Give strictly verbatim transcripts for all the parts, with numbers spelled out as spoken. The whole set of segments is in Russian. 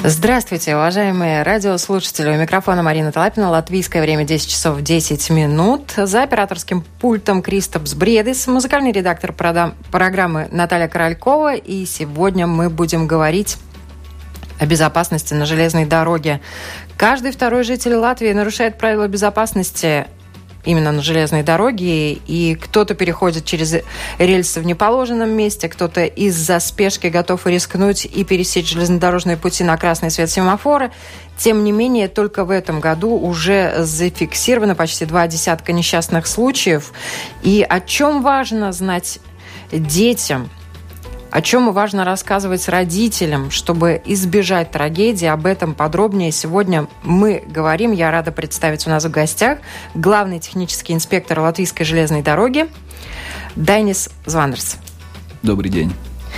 Здравствуйте, уважаемые радиослушатели. У микрофона Марина Талапина. Латвийское время десять часов десять минут. За операторским пультом Кристопс Бредис, музыкальный редактор программы Наталья Королькова. И сегодня мы будем говорить о безопасности на железной дороге. Каждый второй житель Латвии нарушает правила безопасности именно на железной дороге, и кто-то переходит через рельсы в неположенном месте, кто-то из-за спешки готов рискнуть и пересечь железнодорожные пути на красный свет семафора. Тем не менее, только в этом году уже зафиксировано почти два десятка несчастных случаев. И о чем важно знать детям, о чем важно рассказывать родителям, чтобы избежать трагедии. Об этом подробнее сегодня мы говорим. Я рада представить у нас в гостях главный технический инспектор Латвийской железной дороги Дайнис Звандерс. Добрый день.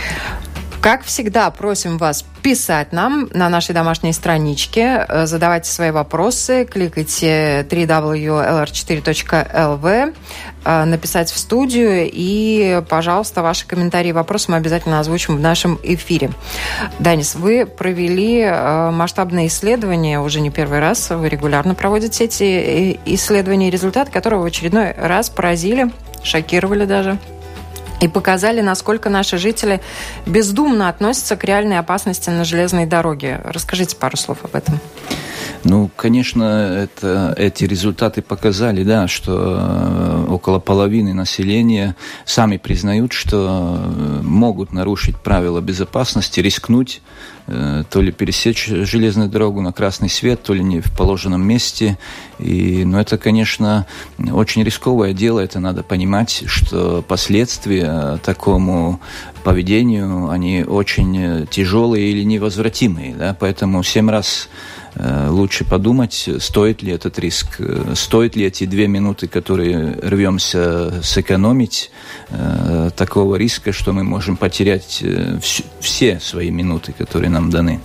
Как всегда, просим вас писать нам на нашей домашней страничке, задавайте свои вопросы, кликайте дабл ю дабл ю дабл ю точка эл эр четыре точка эл ви, написать в студию, и, пожалуйста, ваши комментарии и вопросы мы обязательно озвучим в нашем эфире. Данис, вы провели масштабное исследование, уже не первый раз, вы регулярно проводите эти исследования, результаты которого в очередной раз поразили, шокировали даже. И показали, насколько наши жители бездумно относятся к реальной опасности на железной дороге. Расскажите пару слов об этом. Ну, конечно, это, эти результаты показали, да, что около половины населения сами признают, что могут нарушить правила безопасности, рискнуть, то ли пересечь железную дорогу на красный свет, то ли не в положенном месте. И, ну, это, конечно, очень рисковое дело. Это надо понимать, что последствия такому поведению, они очень тяжелые или невозвратимые. Да? Поэтому семь раз лучше подумать, стоит ли этот риск, стоит ли эти две минуты, которые рвемся сэкономить, э, такого риска, что мы можем потерять вс- все свои минуты, которые нам даны.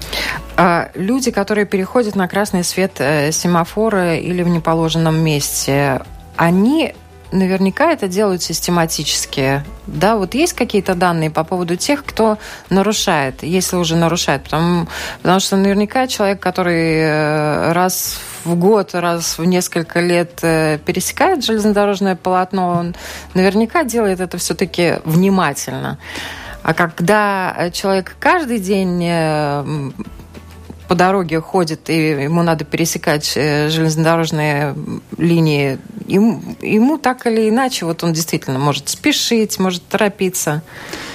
А люди, которые переходят на красный свет семафора или в неположенном месте, они наверняка это делают систематически. Да, вот есть какие-то данные по поводу тех, кто нарушает, если уже нарушает? Потому, потому что наверняка человек, который раз в год, раз в несколько лет пересекает железнодорожное полотно, он наверняка делает это все-таки внимательно. А когда человек каждый день по дороге ходит, и ему надо пересекать железнодорожные линии, ему, ему так или иначе, вот он действительно может спешить, может торопиться.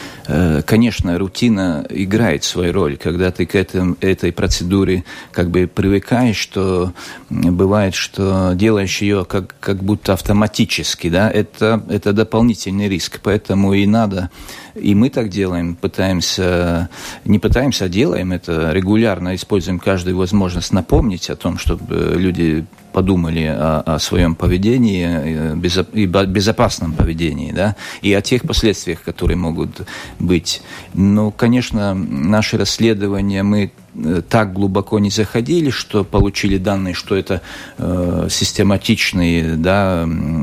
Конечно, рутина играет свою роль. Когда ты к этому, этой процедуре как бы привыкаешь, что бывает, что делаешь ее как, как будто автоматически, да, это, это дополнительный риск. Поэтому и надо, и мы так делаем, пытаемся, не пытаемся, а делаем это регулярно, используем каждую возможность напомнить о том, чтобы люди подумали о, о своем поведении и безопасном поведении, да, и о тех последствиях, которые могут быть. Но, конечно, наши расследования, мы так глубоко не заходили, что получили данные, что это э, систематичные, да,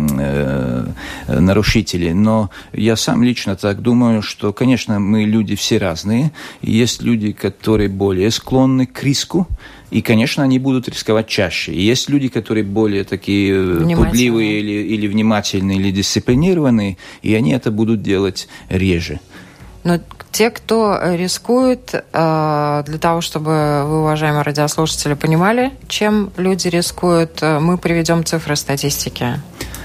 э, нарушители. Но я сам лично так думаю, что, конечно, мы люди все разные. Есть люди, которые более склонны к риску, и, конечно, они будут рисковать чаще. И есть люди, которые более такие пугливые или, или внимательные, или дисциплинированные, и они это будут делать реже. Но те, кто рискует, для того, чтобы вы, уважаемые радиослушатели, понимали, чем люди рискуют, мы приведем цифры статистики.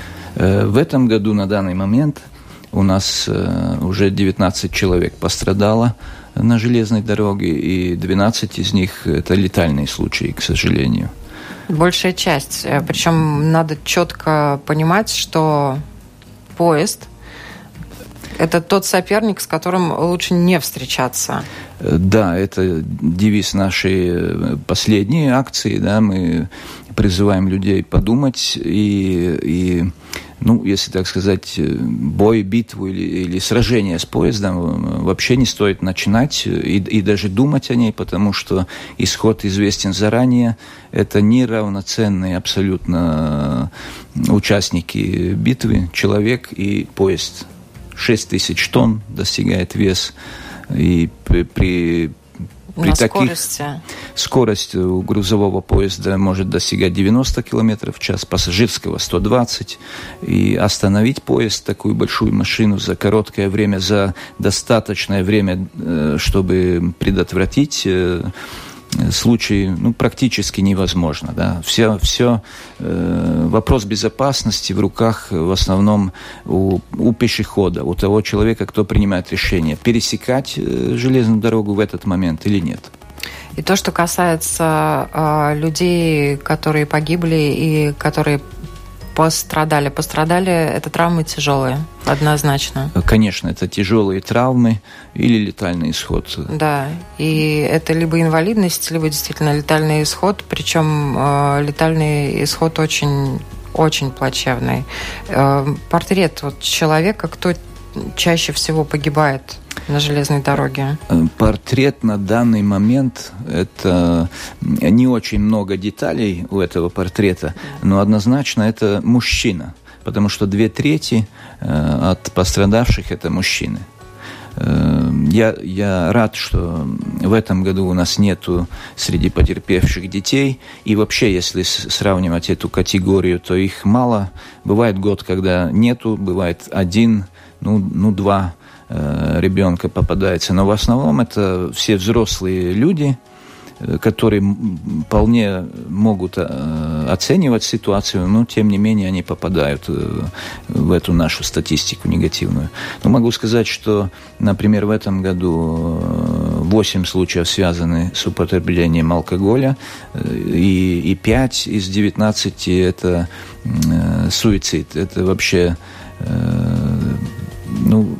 В этом году на данный момент у нас уже девятнадцать человек пострадало на железной дороге, и двенадцать из них – это летальные случаи, к сожалению. Большая часть. Причем надо четко понимать, что поезд – это тот соперник, с которым лучше не встречаться. Да, это девиз нашей последней акции. Да, мы призываем людей подумать и, и ну, если так сказать, бой, битву или, или сражение с поездом вообще не стоит начинать и, и даже думать о ней, потому что исход известен заранее. Это неравноценные абсолютно участники битвы, человек и поезд. шесть тысяч тонн достигает вес, и при, при При На таких скорости? Скорость у грузового поезда может достигать девяносто километров в час, пассажирского сто двадцать. И остановить поезд, такую большую машину, за короткое время, за достаточное время, чтобы предотвратить случай, ну, практически невозможно. Да. Все, все э, вопрос безопасности в руках в основном у, у пешехода, у того человека, кто принимает решение, пересекать э, железную дорогу в этот момент или нет. И то, что касается э, людей, которые погибли и которые пострадали. Пострадали, это травмы тяжелые, однозначно. Конечно, это тяжелые травмы или летальный исход. Да, и это либо инвалидность, либо действительно летальный исход, причем э, летальный исход очень, очень плачевный. Э, портрет вот человека, кто чаще всего погибает на железной дороге? Портрет на данный момент, это не очень много деталей у этого портрета, но однозначно это мужчина, потому что две трети от пострадавших это мужчины. Я, я рад, что в этом году у нас нету среди потерпевших детей. И вообще, если сравнивать эту категорию, то их мало. Бывает год, когда нету, бывает один, ну, ну два э, ребенка попадается. Но в основном это все взрослые люди, которые вполне могут оценивать ситуацию, но тем не менее они попадают в эту нашу статистику негативную. Но могу сказать, что, например, в этом году восемь случаев связаны с употреблением алкоголя, и, и пять из девятнадцати это суицид. Это вообще, ну,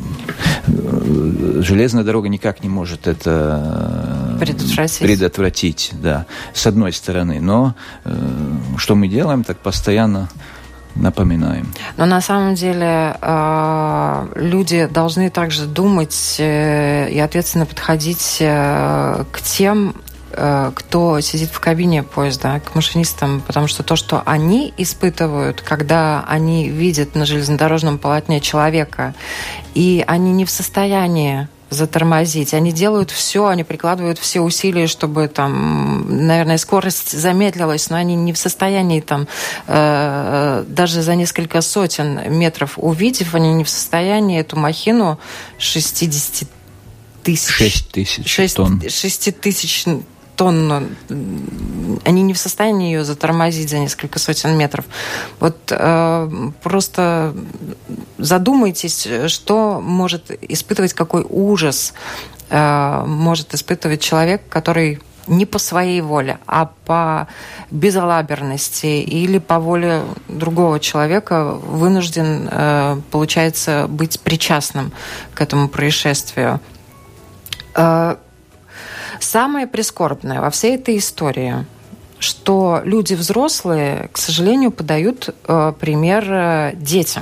железная дорога никак не может это предотвратить, предотвратить да, с одной стороны. Но э, что мы делаем, так постоянно напоминаем. Но на самом деле э, люди должны также думать э, и ответственно подходить э, к тем, э, кто сидит в кабине поезда, к машинистам, потому что то, что они испытывают, когда они видят на железнодорожном полотне человека, и они не в состоянии затормозить. Они делают все, они прикладывают все усилия, чтобы там, наверное, скорость замедлилась, но они не в состоянии там э, даже за несколько сотен метров увидев, они не в состоянии эту махину шестьдесят тысяч, шесть тысяч тонн. шесть тысяч тонн, они не в состоянии ее затормозить за несколько сотен метров. Вот э, просто задумайтесь, что может испытывать, какой ужас э, может испытывать человек, который не по своей воле, а по безалаберности или по воле другого человека вынужден, э, получается, быть причастным к этому происшествию. Э, Самое прискорбное во всей этой истории, что люди взрослые, к сожалению, подают э, пример э, детям.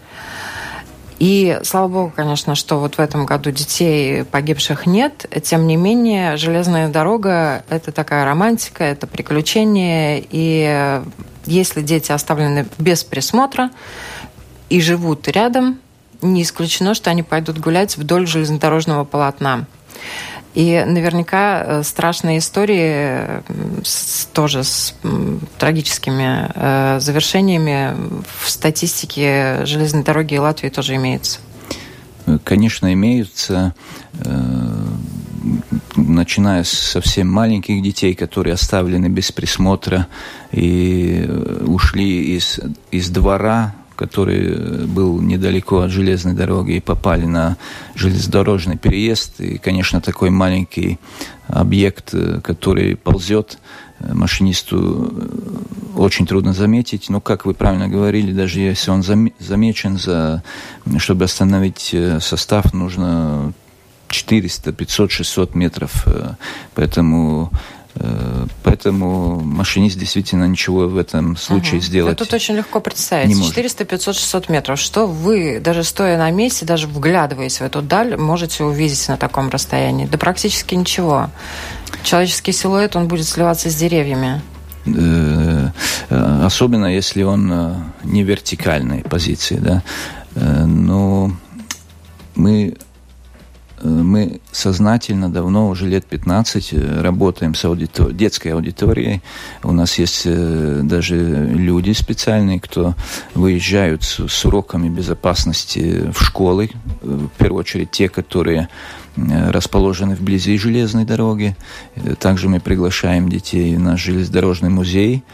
И слава богу, конечно, что вот в этом году детей погибших нет. Тем не менее, железная дорога – это такая романтика, это приключение. И если дети оставлены без присмотра и живут рядом, не исключено, что они пойдут гулять вдоль железнодорожного полотна. И наверняка страшные истории с, тоже с м, трагическими э, завершениями в статистике железной дороги Латвии тоже имеются. Конечно, имеются, э, начиная с совсем маленьких детей, которые оставлены без присмотра и ушли из, из двора, который был недалеко от железной дороги, и попали на железнодорожный переезд. И, конечно, такой маленький объект, который ползет, машинисту очень трудно заметить. Но, как вы правильно говорили, даже если он замечен, за, чтобы остановить состав, нужно четыреста, пятьсот, шестьсот метров. Поэтому... Поэтому машинист действительно ничего в этом случае угу. сделать Тут очень легко представить. четыреста, пятьсот, шестьсот метров. Что вы, даже стоя на месте, даже вглядываясь в эту даль, можете увидеть на таком расстоянии? Да практически ничего. Человеческий силуэт, он будет сливаться с деревьями. Особенно, если он не в вертикальной позиции. Да? Но мы мы сознательно давно, уже лет пятнадцать, работаем с аудитор... детской аудиторией. У нас есть даже люди специальные, кто выезжают с, с уроками безопасности в школы. В первую очередь те, которые расположены вблизи железной дороги. Также мы приглашаем детей в наш железнодорожный музей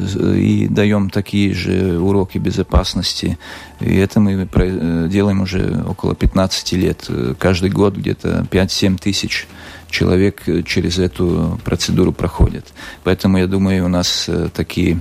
и даем такие же уроки безопасности. И это мы делаем уже около пятнадцати лет. Каждый год где-то пять-семь тысяч человек через эту процедуру проходят. Поэтому, я думаю, у нас такие,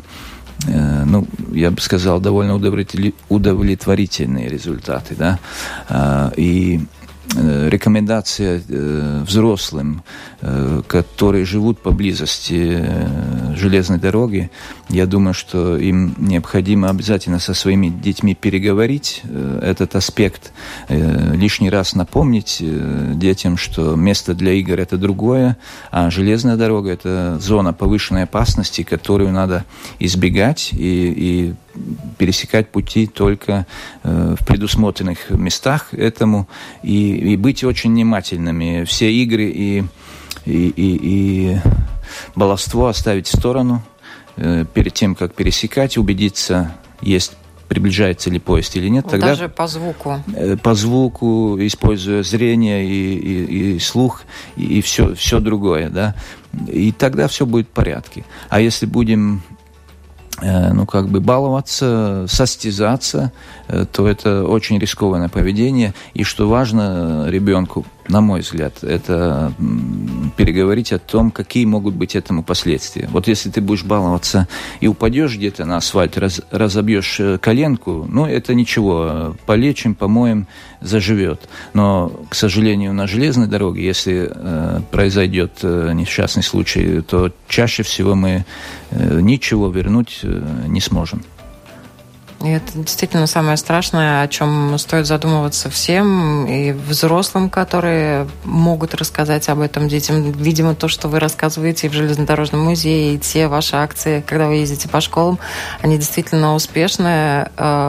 ну, я бы сказал, довольно удовлетворительные результаты, да. И рекомендация взрослым, которые живут поблизости железной дороги, я думаю, что им необходимо обязательно со своими детьми переговорить этот аспект, лишний раз напомнить детям, что место для игр – это другое, а железная дорога – это зона повышенной опасности, которую надо избегать и, и пересекать пути только в предусмотренных местах этому, и, и быть очень внимательными. Все игры и, и, и, и баловство оставить в сторону перед тем, как пересекать, убедиться, есть приближается ли поезд или нет. Тогда даже по звуку. По звуку, используя зрение и, и, и слух, и, и все, все другое, да. И тогда все будет в порядке. А если будем ну, как бы баловаться, состязаться, то это очень рискованное поведение. И что важно ребенку, на мой взгляд, это переговорить о том, какие могут быть этому последствия. Вот если ты будешь баловаться и упадешь где-то на асфальт, раз, разобьешь коленку, ну, это ничего, полечим, помоем, заживет. Но, к сожалению, на железной дороге, если э, произойдет э, несчастный случай, то чаще всего мы э, ничего вернуть э, не сможем. И это действительно самое страшное, о чем стоит задумываться всем, и взрослым, которые могут рассказать об этом детям. Видимо, то, что вы рассказываете в железнодорожном музее, и те ваши акции, когда вы ездите по школам, они действительно успешные.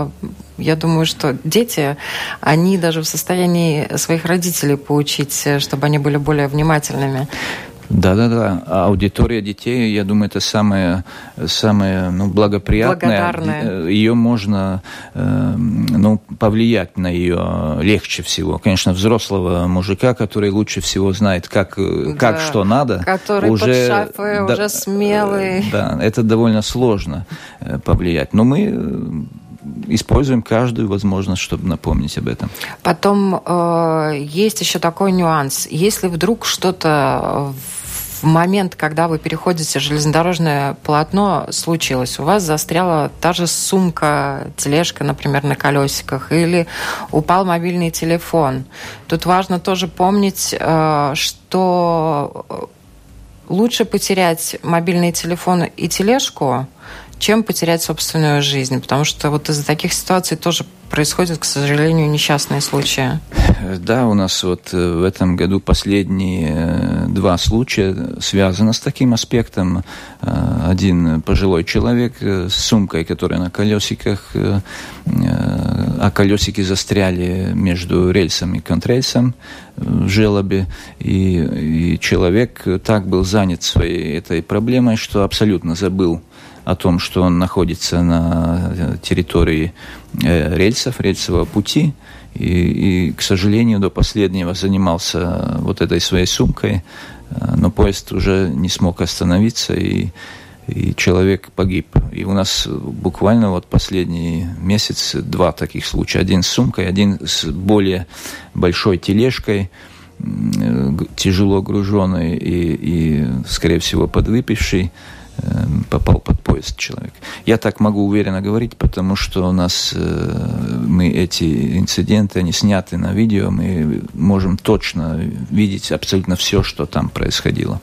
Я думаю, что дети, они даже в состоянии своих родителей поучить, чтобы они были более внимательными. Да-да-да. Аудитория детей, я думаю, это самое, самое ну, благоприятное. Благодарное. Ее можно э, ну, повлиять на ее легче всего. Конечно, взрослого мужика, который лучше всего знает, как, да, как что надо. Который уже, под шафы, да, уже смелый. Да, это довольно сложно повлиять. Но мы используем каждую возможность, чтобы напомнить об этом. Потом э, есть еще такой нюанс. Если вдруг что-то в момент, когда вы переходите железнодорожное полотно, случилось, у вас застряла та же сумка, тележка, например, на колесиках, или упал мобильный телефон. Тут важно тоже помнить, э, что лучше потерять мобильный телефон и тележку, чем потерять собственную жизнь. Потому что вот из-за таких ситуаций тоже происходят, к сожалению, несчастные случаи. Да, у нас вот в этом году последние два случая связаны с таким аспектом. Один пожилой человек с сумкой, которая на колесиках, а колесики застряли между рельсом и контррельсом в желобе, и, и человек так был занят своей этой проблемой, что абсолютно забыл о том, что он находится на территории рельсов, рельсового пути, и, и, к сожалению, до последнего занимался вот этой своей сумкой, но поезд уже не смог остановиться, и, и человек погиб. И у нас буквально вот последний месяц два таких случая. Один с сумкой, один с более большой тележкой, тяжело груженной и, и скорее всего, подвыпивший, попал под поезд человек. Я так могу уверенно говорить, потому что у нас э, мы эти инциденты, они сняты на видео, мы можем точно видеть абсолютно все, что там происходило.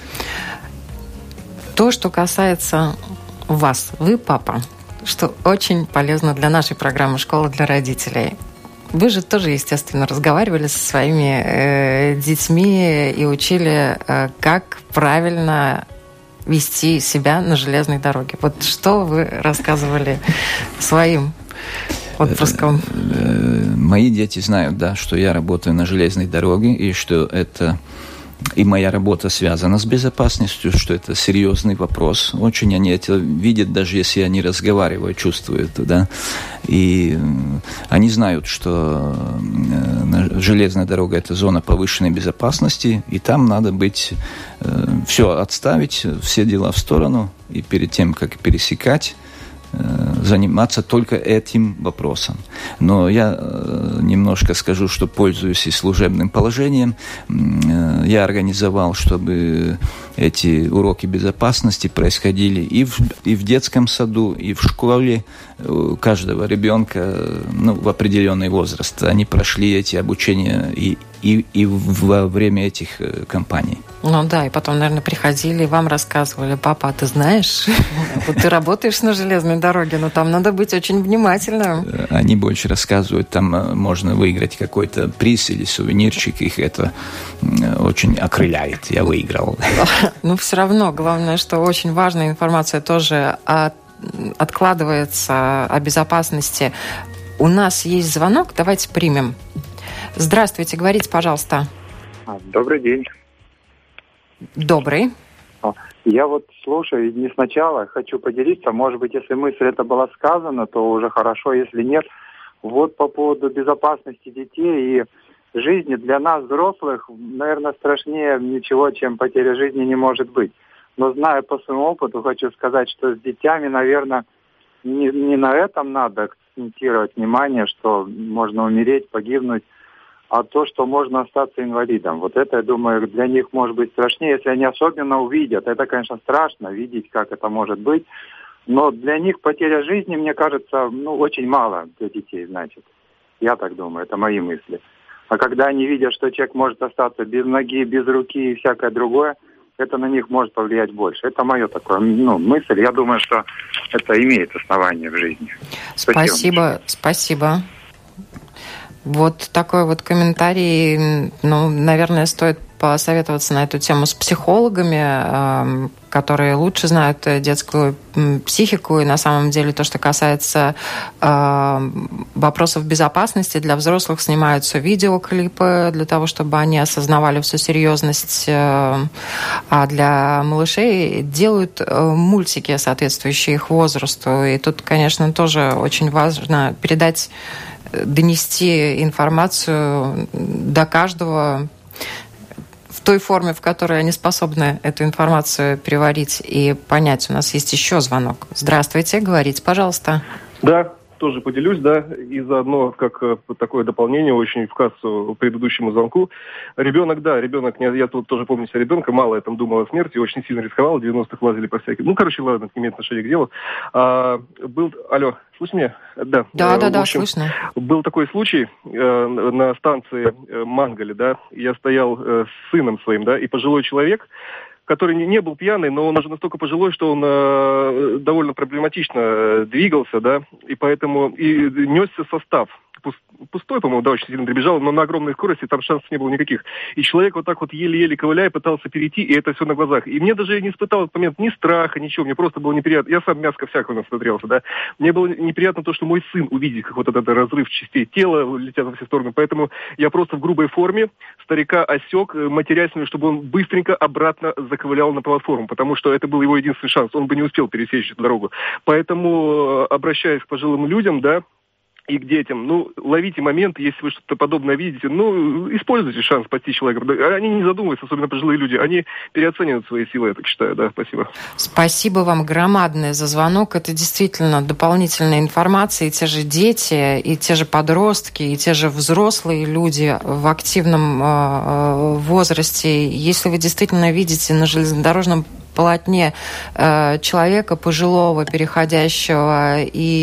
То, что касается вас, вы папа, что очень полезно для нашей программы «Школа для родителей». Вы же тоже, естественно, разговаривали со своими э, детьми и учили, э, как правильно вести себя на железной дороге. Вот что вы рассказывали своим отпуском. Мои дети знают, да, что я работаю на железной дороге, и что это... И моя работа связана с безопасностью, что это серьезный вопрос. Очень они это видят, даже если я не разговариваю, чувствуют, да. И они знают, что железная дорога – это зона повышенной безопасности, и там надо быть, все отставить, все дела в сторону, и перед тем, как пересекать, заниматься только этим вопросом. Но я немножко скажу, что пользуюсь и служебным положением. Я организовал, чтобы эти уроки безопасности происходили и в, и в детском саду, и в школе у каждого ребенка, ну, в определенный возраст. Они прошли эти обучения и, и, и во время этих кампаний. Ну да, и потом, наверное, приходили и вам рассказывали: папа, а ты знаешь, вот ты работаешь на железной дороге, но там надо быть очень внимательным. Они больше рассказывают, там можно выиграть какой-то приз или сувенирчик, их это очень окрыляет. Я выиграл. Ну, все равно, главное, что очень важная информация тоже от, откладывается о безопасности. У нас есть звонок, давайте примем. Здравствуйте, говорите, пожалуйста. Добрый день. Добрый. Я вот слушаю не сначала, хочу поделиться. Может быть, если мысль эта была сказана, то уже хорошо, если нет. Вот по поводу безопасности детей и жизни для нас, взрослых, наверное, страшнее ничего, чем потеря жизни не может быть. Но зная по своему опыту, хочу сказать, что с детьми, наверное, не, не на этом надо акцентировать внимание, что можно умереть, погибнуть, а то, что можно остаться инвалидом. Вот это, я думаю, для них может быть страшнее, если они особенно увидят. Это, конечно, страшно, видеть, как это может быть. Но для них потеря жизни, мне кажется, ну, очень мало для детей, значит. Я так думаю, это мои мысли. А когда они видят, что человек может остаться без ноги, без руки и всякое другое, это на них может повлиять больше. Это мое такое, ну, мысль. Я думаю, что это имеет основание в жизни. Спасибо, спасибо. Вот такой вот комментарий, ну, наверное, стоит посоветоваться на эту тему с психологами, которые лучше знают детскую психику. И на самом деле то, что касается вопросов безопасности, для взрослых снимаются видеоклипы для того, чтобы они осознавали всю серьезность. А для малышей делают мультики, соответствующие их возрасту. И тут, конечно, тоже очень важно передать, донести информацию до каждого в той форме, в которой они способны эту информацию переварить и понять. У нас есть еще звонок. Здравствуйте, говорите, пожалуйста. Да, тоже поделюсь, да, и заодно, как такое дополнение очень в кассу предыдущему звонку. Ребенок, да, ребенок, я тут тоже помню себя ребенка, мало я там думал о смерти, очень сильно рисковал, в девяностых лазили по всяким. Ну, короче, ладно, это не имеет отношения к делу. А, был, алло, слышно меня? Да, да, да, да, общем, слышно. Был такой случай э, на станции э, Мангале, да, я стоял э, с сыном своим, да, и пожилой человек, который не, не был пьяный, но он уже настолько пожилой, что он э, довольно проблематично двигался, да, и поэтому и несся состав. Пустой, по-моему, да, очень сильно добежал, но на огромной скорости там шансов не было никаких. И человек вот так вот еле-еле ковыляя пытался перейти, и это все на глазах. И мне даже не испытал в этот момент ни страха, ничего, мне просто было неприятно. Я сам мяско всякого насмотрелся, да. Мне было неприятно то, что мой сын увидит, как вот этот разрыв частей тела летят во все стороны. Поэтому я просто в грубой форме старика осек, матерясь, чтобы он быстренько обратно заковылял на платформу, потому что это был его единственный шанс. Он бы не успел пересечь эту дорогу. Поэтому, обращаясь к пожилым людям, да, и к детям, ну, ловите момент, если вы что-то подобное видите, ну, используйте шанс спасти человека. Они не задумываются, особенно пожилые люди, они переоценивают свои силы, я так считаю, да, спасибо. Спасибо вам громадное за звонок, это действительно дополнительная информация, и те же дети, и те же подростки, и те же взрослые люди в активном э, возрасте, если вы действительно видите на железнодорожном полотне э, человека пожилого, переходящего,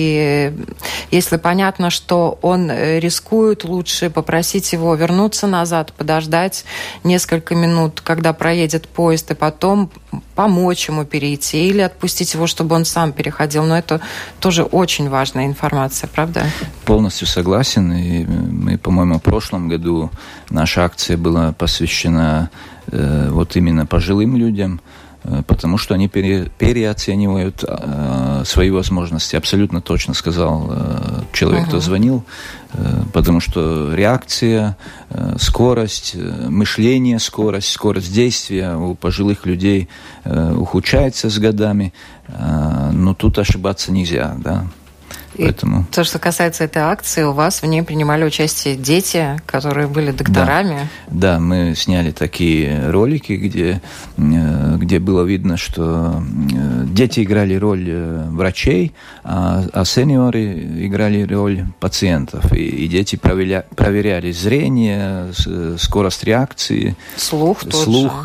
и если понятно, что он рискует, лучше попросить его вернуться назад, подождать несколько минут, когда проедет поезд, и потом помочь ему перейти или отпустить его, чтобы он сам переходил. Но это тоже очень важная информация, правда? Полностью согласен. И мы, по-моему, в прошлом году наша акция была посвящена э, вот именно пожилым людям, потому что они пере, переоценивают э, э, свои возможности. Абсолютно точно сказал э, человек, uh-huh. кто звонил, э, потому что реакция, э, скорость, э, мышление, скорость, скорость действия у пожилых людей э, ухудшается с годами, э, но тут ошибаться нельзя, да. И поэтому... то, что касается этой акции, у вас в ней принимали участие дети, которые были докторами. Да, да, мы сняли такие ролики, где, где было видно, что дети играли роль врачей, а, а сеньоры играли роль пациентов. И, и дети проверя, проверяли зрение, скорость реакции, слух, слух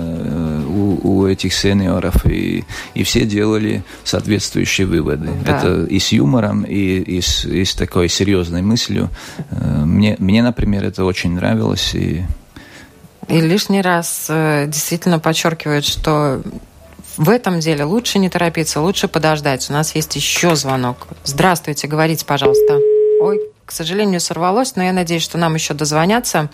у, у этих сеньоров. И, и все делали соответствующие выводы. Да. Это и с юмором, и, и, с, и с такой серьезной мыслью. Мне, мне, например, это очень нравилось. И... и лишний раз действительно подчеркивает, что в этом деле лучше не торопиться, лучше подождать. У нас есть еще звонок. Здравствуйте, говорите, пожалуйста. Ой, к сожалению, сорвалось, но я надеюсь, что нам еще дозвонятся.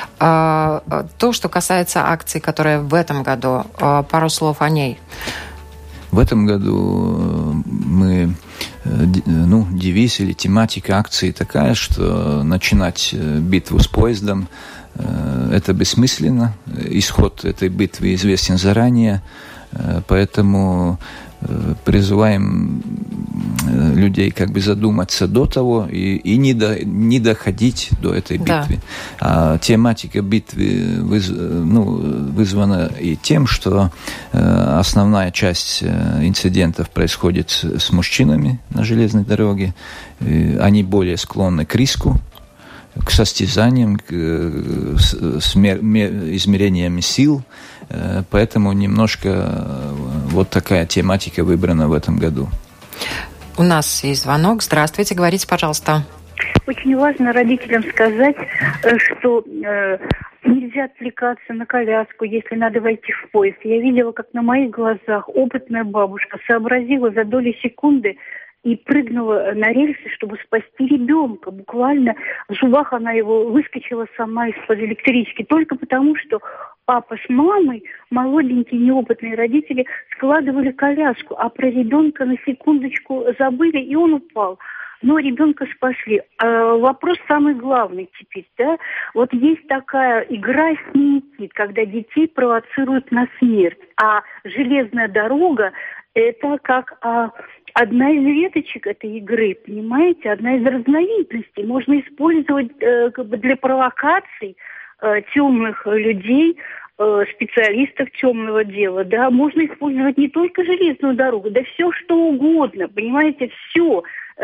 То, что касается акции, которая в этом году, пару слов о ней. В этом году мы, ну, девиз или тематика акции такая, что начинать битву с поездом – это бессмысленно. Исход этой битвы известен заранее, поэтому призываем людей как бы задуматься до того и, и не, до, не доходить до этой битвы. Да. А тематика битвы выз, ну, вызвана и тем, что э, основная часть э, инцидентов происходит с, с мужчинами на железной дороге. И они более склонны к риску, к состязаниям, к, с, с мер, мер, измерениями сил. Э, поэтому немножко э, вот такая тематика выбрана в этом году. У нас есть звонок. Здравствуйте, говорите, пожалуйста. Очень важно родителям сказать, что э, нельзя отвлекаться на коляску, если надо войти в поезд. Я видела, как на моих глазах опытная бабушка сообразила за доли секунды и прыгнула на рельсы, чтобы спасти ребенка. Буквально в зубах она его выскочила сама из-под электрички. Только потому, что папа с мамой, молоденькие неопытные родители, складывали коляску, а про ребенка на секундочку забыли, и он упал. Но ребенка спасли. А вопрос самый главный теперь, да? Вот есть такая игра «Синий-кит», когда детей провоцируют на смерть. А железная дорога – это как а, одна из веточек этой игры, понимаете? Одна из разновидностей. Можно использовать э, как бы для провокаций э, темных людей, э, специалистов темного дела, да? Можно использовать не только железную дорогу, да все что угодно, понимаете? Все.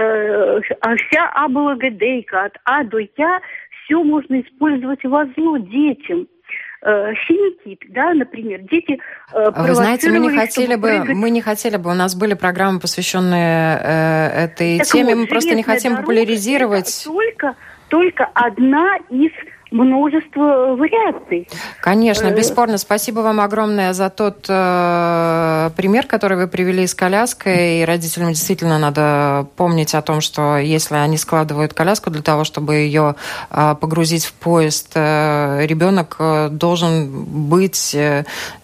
Вся аблагодейка от А до Я, все можно использовать во зло детям. Синий-кит, да, например, дети Вы знаете, мы не хотели бы, прыгать... мы не хотели бы, у нас были программы, посвященные э, этой так теме, вот, мы просто не хотим популяризировать. Только, только одна из множество вариаций. Конечно, бесспорно. Спасибо вам огромное за тот э, пример, который вы привели с коляской. И родителям действительно надо помнить о том, что если они складывают коляску для того, чтобы ее э, погрузить в поезд, э, ребенок э, должен быть... Э,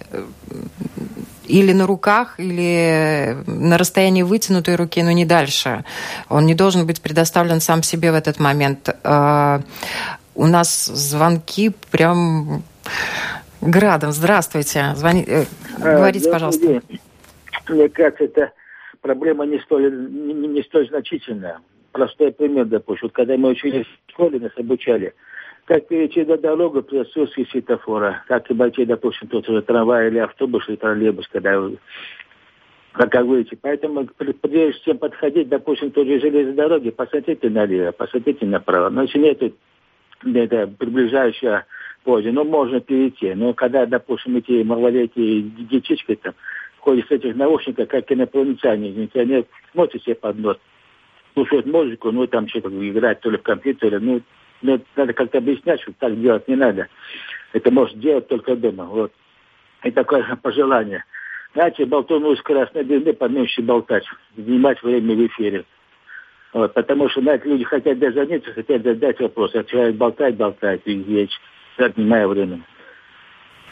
или на руках, или на расстоянии вытянутой руки, но не дальше. Он не должен быть предоставлен сам себе в этот момент. Э, У нас звонки прям градом. Здравствуйте. Звони... А, говорите, пожалуйста. День. Мне кажется, эта проблема не столь, не, не столь значительная. Простой пример, допустим. Вот когда мы учились в школе, нас обучали, как перейти на дорогу при отсутствии светофора, как обойти, допустим, тот же трамвай или автобус или троллейбус, когда как выйти. Поэтому прежде чем подходить, допустим, к той же железной дороге, посмотрите налево, посмотрите направо. Но если нет это приближающая позже, ну, можно перейти. Но когда, допустим, эти малолетние девчички там ходят с этих наушников, как инопланетяне, извините, они смотрят себе под нос, слушают музыку, ну, там что-то играть, то ли в компьютере, ну, ну, надо как-то объяснять, что так делать не надо. Это может делать только дома, вот. И такое пожелание. Знаете, болтуну с красной длины поменьше болтать, занимать время в эфире. Вот, потому что, знаете, люди хотят дозвониться, хотят задать вопрос, а человек болтает, болтает, и вечно, отнимая время.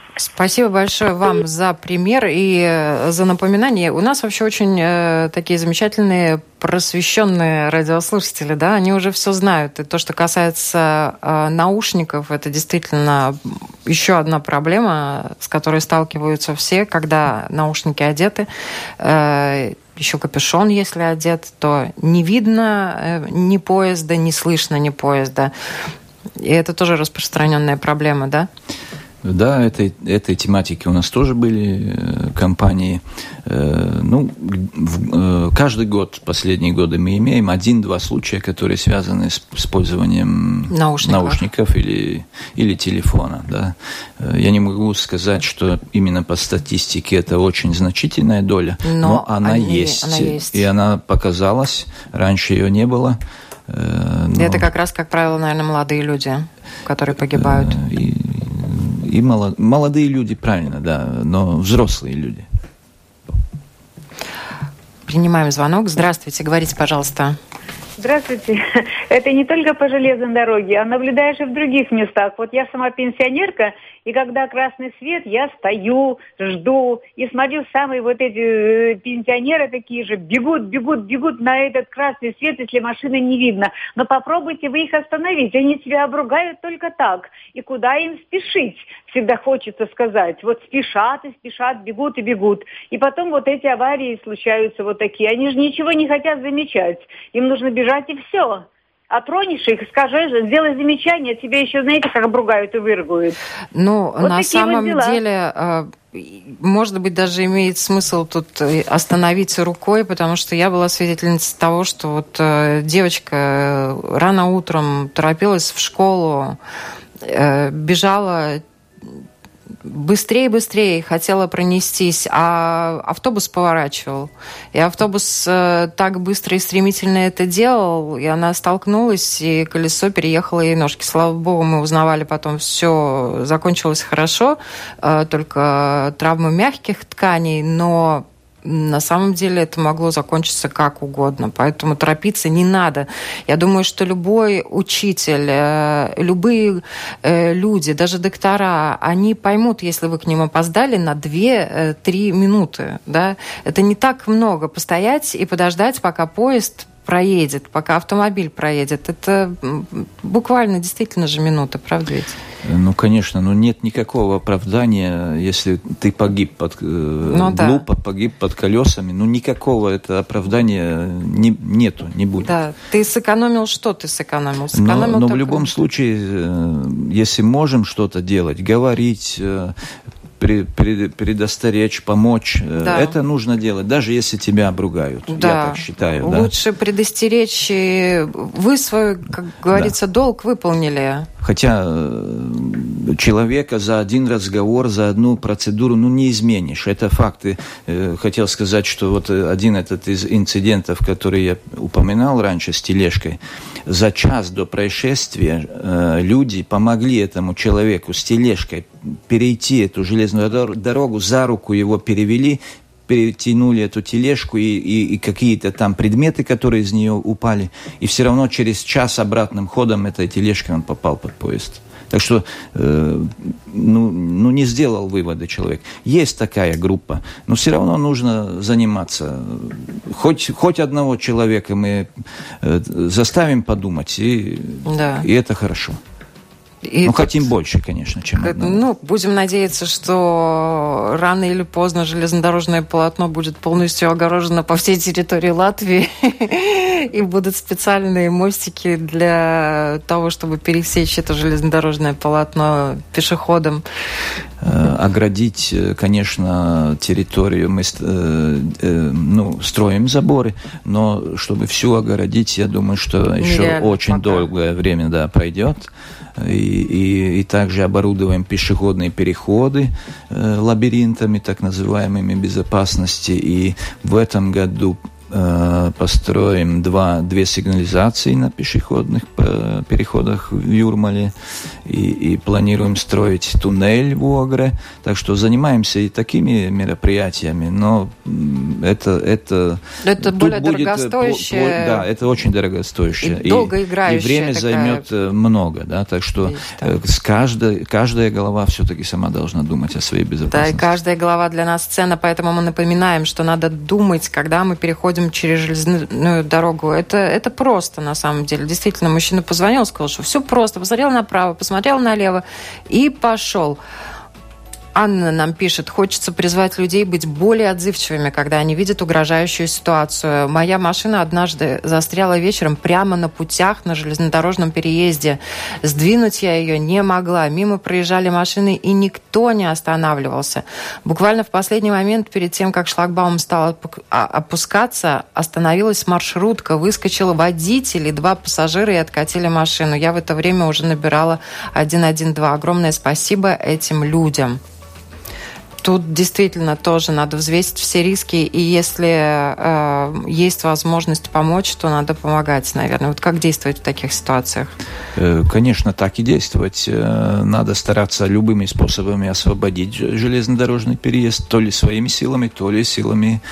Спасибо большое вам за пример и за напоминание. У нас вообще очень э, такие замечательные просвещенные радиослушатели, да, они уже все знают. И то, что касается э, наушников, это действительно еще одна проблема, с которой сталкиваются все, когда наушники одеты. Э, еще капюшон, если одет, то не видно э, ни поезда, не слышно ни поезда. И это тоже распространенная проблема, да? Да, этой, этой тематики у нас тоже были э, компании. Э, ну, в, э, каждый год, последние годы, мы имеем один-два случая, которые связаны с использованием наушников, наушников или, или телефона. Да. Я не могу сказать, что именно по статистике это очень значительная доля, но, но она, они, есть, она есть. И она показалась, раньше ее не было. Э, но... Это как раз, как правило, наверное, молодые люди, которые погибают. Э, и... И молодые люди, правильно, да, но взрослые люди. Принимаем звонок. Здравствуйте, говорите, пожалуйста. Здравствуйте. Это не только по железной дороге, а наблюдаешь и в других местах. Вот я сама пенсионерка, и когда красный свет, я стою, жду, и смотрю, самые вот эти пенсионеры такие же бегут, бегут, бегут на этот красный свет, если машины не видно. Но попробуйте вы их остановить, они себя обругают только так. И куда им спешить? Всегда хочется сказать. Вот спешат и спешат, бегут и бегут. И потом вот эти аварии случаются вот такие. Они же ничего не хотят замечать. Им нужно бежать и все. А тронешь их, скажи, сделай замечание, тебе еще, знаете, как обругают и выргают. Ну, вот на самом вот деле, может быть, даже имеет смысл тут остановиться рукой, потому что я была свидетельницей того, что вот девочка рано утром торопилась в школу, бежала быстрее, быстрее хотела пронестись, а автобус поворачивал. И автобус э, так быстро и стремительно это делал, и она столкнулась, и колесо переехало ей ножки. Слава богу, мы узнавали потом, все закончилось хорошо, э, только травмы мягких тканей, но на самом деле это могло закончиться как угодно, поэтому торопиться не надо. Я думаю, что любой учитель, любые люди, даже доктора, они поймут, если вы к ним опоздали на две-три минуты. Да? Это не так много. Постоять и подождать, пока поезд проедет, пока автомобиль проедет. Это буквально действительно же минута, правда ведь? Ну, конечно, но нет никакого оправдания, если ты погиб под, ну, глупо, да. погиб под колесами, ну, никакого это оправдания не, нету, не будет. Да, ты сэкономил, что ты сэкономил? сэкономил но но только... в любом случае, если можем что-то делать, говорить, предостеречь, помочь. Да. Это нужно делать, даже если тебя обругают. Да. Я так считаю. Лучше да. предостеречь. Вы свой, как говорится, да. долг выполнили. Хотя человека за один разговор, за одну процедуру, ну, не изменишь. Это факты. Хотел сказать, что вот один этот из инцидентов, который я упоминал раньше с тележкой, за час до происшествия люди помогли этому человеку с тележкой перейти эту железную дорогу, за руку его перевели, перетянули эту тележку и, и, и какие-то там предметы, которые из нее упали, и все равно через час обратным ходом этой тележкой он попал под поезд. Так что э, ну, ну, не сделал выводы человек. Есть такая группа, но все равно нужно заниматься. Хоть, хоть одного человека мы э, заставим подумать, и, да. и это хорошо. И ну, тут, хотим больше, конечно, чем одного. Ну, будем надеяться, что рано или поздно железнодорожное полотно будет полностью огорожено по всей территории Латвии, и будут специальные мостики для того, чтобы пересечь это железнодорожное полотно пешеходам. Оградить, конечно, территорию мы ну, строим заборы, но чтобы всю огородить, я думаю, что еще Нереально очень пока. долгое время да, пройдет. И, и, и также оборудуем пешеходные переходы э, лабиринтами, так называемыми, безопасности. И в этом году э, построим два, две сигнализации на пешеходных э, переходах в Юрмале и, и планируем строить туннель в Огре. Так что занимаемся и такими мероприятиями, но это... Это, это более будет, дорогостоящее. По, по, да, это очень дорогостоящее. И, и долгоиграющее. И время такая... займет много, да, так что Есть, да. с каждой, каждая голова все-таки сама должна думать о своей безопасности. Да, и каждая голова для нас ценна, поэтому мы напоминаем, что надо думать, когда мы переходим через железную дорогу. Это, это просто, на самом деле. Действительно, мужчина позвонил, сказал, что все просто. Посмотрел направо, посмотрел налево и пошел. Анна нам пишет, хочется призвать людей быть более отзывчивыми, когда они видят угрожающую ситуацию. Моя машина однажды застряла вечером прямо на путях на железнодорожном переезде. Сдвинуть я ее не могла. Мимо проезжали машины, и никто не останавливался. Буквально в последний момент, перед тем, как шлагбаум стал опускаться, остановилась маршрутка, выскочил водитель и два пассажира и откатили машину. Я в это время уже набирала один один два. Огромное спасибо этим людям. Тут действительно тоже надо взвесить все риски, и если э, есть возможность помочь, то надо помогать, наверное. Вот как действовать в таких ситуациях? Конечно, так и действовать. Надо стараться любыми способами освободить железнодорожный переезд, то ли своими силами, то ли силами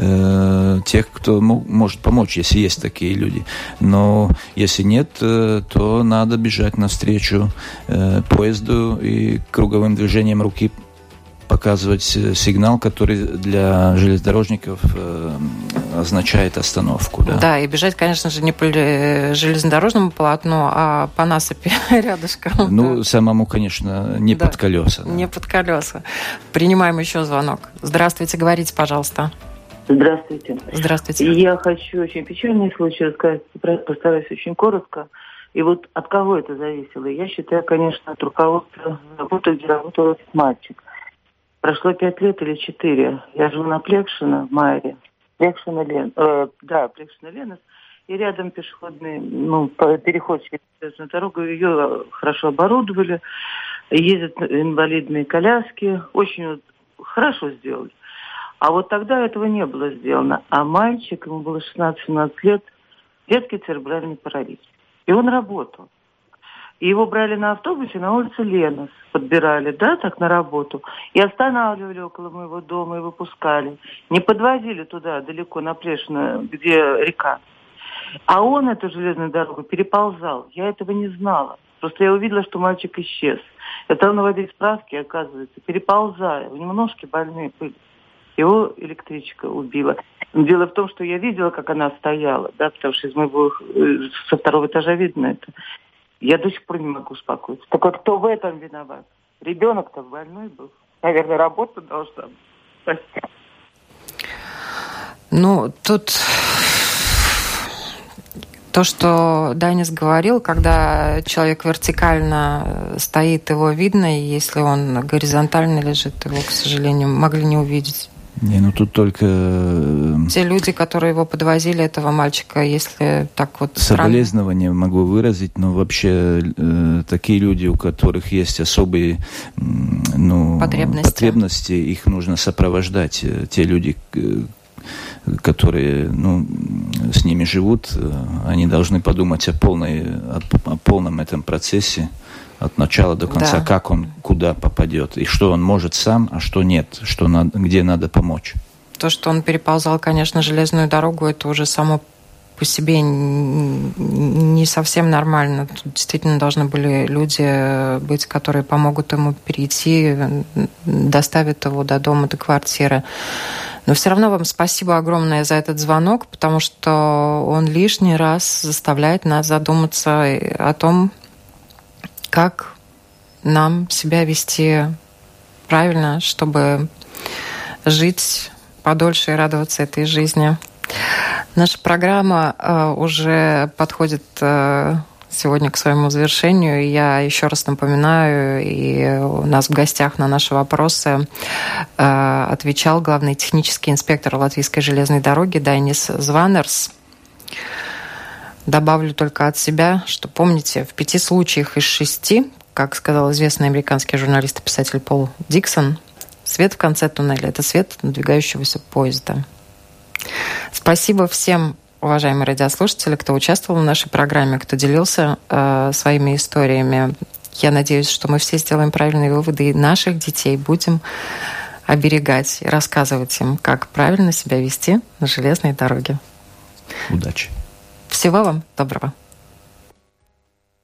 э, тех, кто может помочь, если есть такие люди. Но если нет, то надо бежать навстречу э, поезду и круговым движением руки показывать сигнал, который для железнодорожников э, означает остановку. Да. да, и бежать, конечно же, не по железнодорожному полотну, а по насыпи рядышком. Ну, да. самому, конечно, не да. под колеса. Да. Не под колеса. Принимаем еще звонок. Здравствуйте, говорите, пожалуйста. Здравствуйте. Здравствуйте. Я хочу очень печальный случай рассказать, постараюсь очень коротко. И вот от кого это зависело? Я считаю, конечно, от руководства работы, где работал этот мальчик. Прошло пять лет или четыре. Я живу на Плекшино в Майре. Плекшино Лен... э, да, Плекшино Ленос. И рядом пешеходный, ну, переход через дорогу. Ее хорошо оборудовали. Ездят инвалидные коляски. Очень вот хорошо сделали. А вот тогда этого не было сделано. А мальчик, ему было шестнадцать-семнадцать лет, детский церебральный паралич. И он работал. И его брали на автобусе на улице Ленос, подбирали, да, так на работу, и останавливали около моего дома и выпускали. Не подвозили туда, далеко, на Плешино, где река. А он эту железную дорогу переползал. Я этого не знала. Просто я увидела, что мальчик исчез. Я стала наводить справки, оказывается, переползая. У него ножки больные были. Его электричка убила. Дело в том, что я видела, как она стояла, да, потому что из моего, со второго этажа видно это. Я до сих пор не могу успокоиться. Так вот, кто в этом виноват? Ребенок-то больной был. Наверное, работа должна быть. Спасибо. Ну, тут то, что Данис говорил, когда человек вертикально стоит, его видно, и если он горизонтально лежит, его, к сожалению, могли не увидеть. Не, ну тут только... Те люди, которые его подвозили, этого мальчика, если так вот... Соболезнования могу выразить, но вообще э, такие люди, у которых есть особые э, ну, потребности. потребности, их нужно сопровождать. Те люди, которые ну, с ними живут, они должны подумать о, полной, о, о полном этом процессе. От начала до конца, да. Как он куда попадет, и что он может сам, а что нет, что надо, где надо помочь. То, что он переползал, конечно, железную дорогу, это уже само по себе не совсем нормально. Тут действительно должны были люди быть, которые помогут ему перейти, доставят его до дома, до квартиры. Но все равно вам спасибо огромное за этот звонок, потому что он лишний раз заставляет нас задуматься о том, как нам себя вести правильно, чтобы жить подольше и радоваться этой жизни. Наша программа э, уже подходит э, сегодня к своему завершению. Я еще раз напоминаю, и у нас в гостях на наши вопросы э, отвечал главный технический инспектор Латвийской железной дороги Дайнис Званерс. Добавлю только от себя, что помните, в пяти случаях из шести, как сказал известный американский журналист и писатель Пол Диксон, свет в конце туннеля – это свет надвигающегося поезда. Спасибо всем, уважаемые радиослушатели, кто участвовал в нашей программе, кто делился э, своими историями. Я надеюсь, что мы все сделаем правильные выводы и наших детей будем оберегать и рассказывать им, как правильно себя вести на железной дороге. Удачи. Всего вам доброго.